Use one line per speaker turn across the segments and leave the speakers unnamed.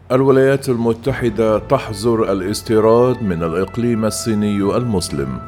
الولايات المتحدة تحظر الاستيراد من الإقليم الصيني المسلم.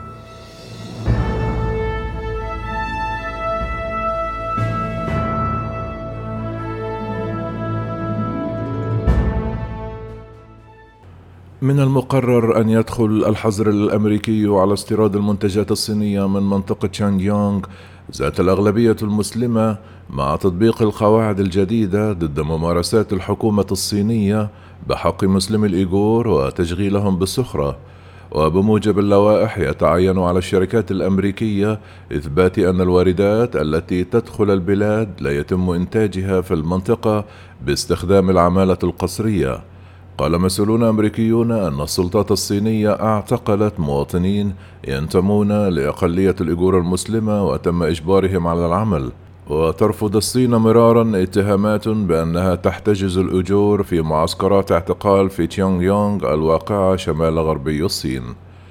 من المقرر أن يدخل الحظر الأمريكي على استيراد المنتجات الصينية من منطقة شانغيونغ ذات الأغلبية المسلمة مع تطبيق القواعد الجديدة ضد ممارسات الحكومة الصينية بحق مسلمي الإيغور وتشغيلهم بالسخرة. وبموجب اللوائح يتعين على الشركات الأمريكية إثبات أن الواردات التي تدخل البلاد لا يتم إنتاجها في المنطقة باستخدام العمالة القسرية. قال مسؤولون أمريكيون أن السلطات الصينية اعتقلت مواطنين ينتمون لأقلية الإيغور المسلمة وتم إجبارهم على العمل. وترفض الصين مرارا اتهامات بأنها تحتجز الأجور في معسكرات اعتقال في تشونغيونغ الواقعة شمال غربي الصين.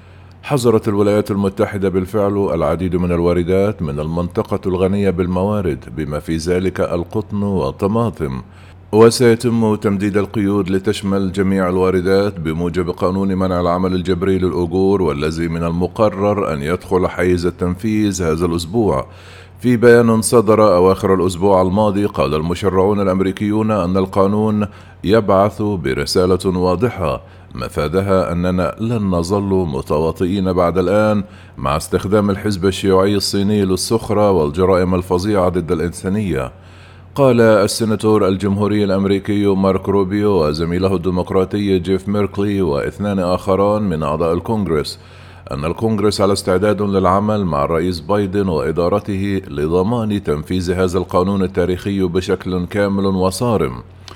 حظرت الولايات المتحدة بالفعل العديد من الواردات من المنطقة الغنية بالموارد بما في ذلك القطن والطماطم، وسيتم تمديد القيود لتشمل جميع الواردات بموجب قانون منع العمل الجبري للأجور، والذي من المقرر أن يدخل حيز التنفيذ هذا الأسبوع. في بيان صدر أواخر الأسبوع الماضي قال المشرعون الأمريكيون أن القانون يبعث برسالة واضحة مفادها أننا لن نظل متواطئين بعد الآن مع استخدام الحزب الشيوعي الصيني للسخرة والجرائم الفظيعة ضد الإنسانية. قال السيناتور الجمهوري الأمريكي مارك روبيو وزميله الديمقراطي جيف ميركلي واثنان آخران من أعضاء الكونغرس أن الكونغرس على استعداد للعمل مع الرئيس بايدن وإدارته لضمان تنفيذ هذا القانون التاريخي بشكل كامل وصارم.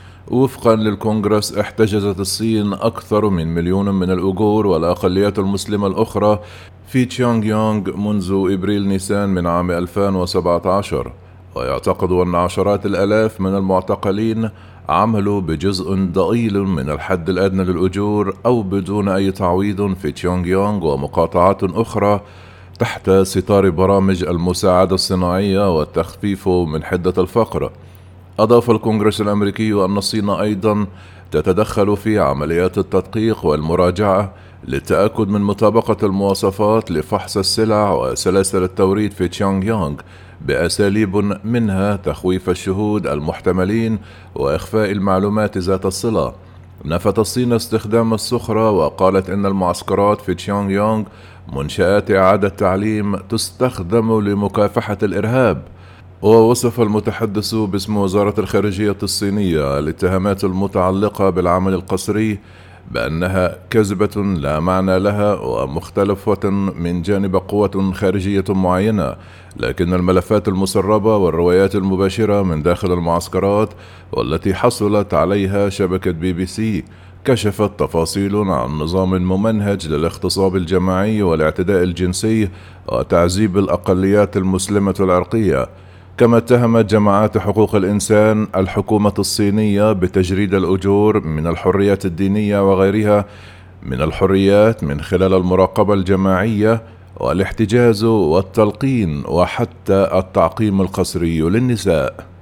وفقا للكونغرس احتجزت الصين أكثر من 1,000,000 من الأوغور والأقليات المسلمة الأخرى في تشونغيونغ منذ إبريل نيسان من عام 2017، ويعتقد أن عشرات الآلاف من المعتقلين عملوا بجزء ضئيل من الحد الأدنى للأجور أو بدون أي تعويض في تشونغيونغ ومقاطعات أخرى تحت ستار برامج المساعدة الصناعية والتخفيف من حدة الفقر. أضاف الكونغرس الأمريكي أن الصين أيضا تتدخل في عمليات التدقيق والمراجعة للتأكد من مطابقة المواصفات لفحص السلع وسلاسل التوريد في تشونغيونغ بأساليب منها تخويف الشهود المحتملين وإخفاء المعلومات ذات الصلة. نفت الصين استخدام السخرة وقالت إن المعسكرات في تشونغيونغ منشآت إعادة تعليم تستخدم لمكافحة الإرهاب. ووصف المتحدث باسم وزارة الخارجية الصينية الاتهامات المتعلقة بالعمل القسري بأنها كذبة لا معنى لها ومختلفة من جانب قوة خارجية معينة، لكن الملفات المسربة والروايات المباشرة من داخل المعسكرات والتي حصلت عليها شبكة BBC كشفت تفاصيل عن نظام ممنهج للاغتصاب الجماعي والاعتداء الجنسي وتعذيب الأقليات المسلمة العرقية. كما اتهمت جماعات حقوق الإنسان الحكومة الصينية بتجريد الأجور من الحريات الدينية وغيرها من الحريات من خلال المراقبة الجماعية والاحتجاز والتلقين وحتى التعقيم القسري للنساء.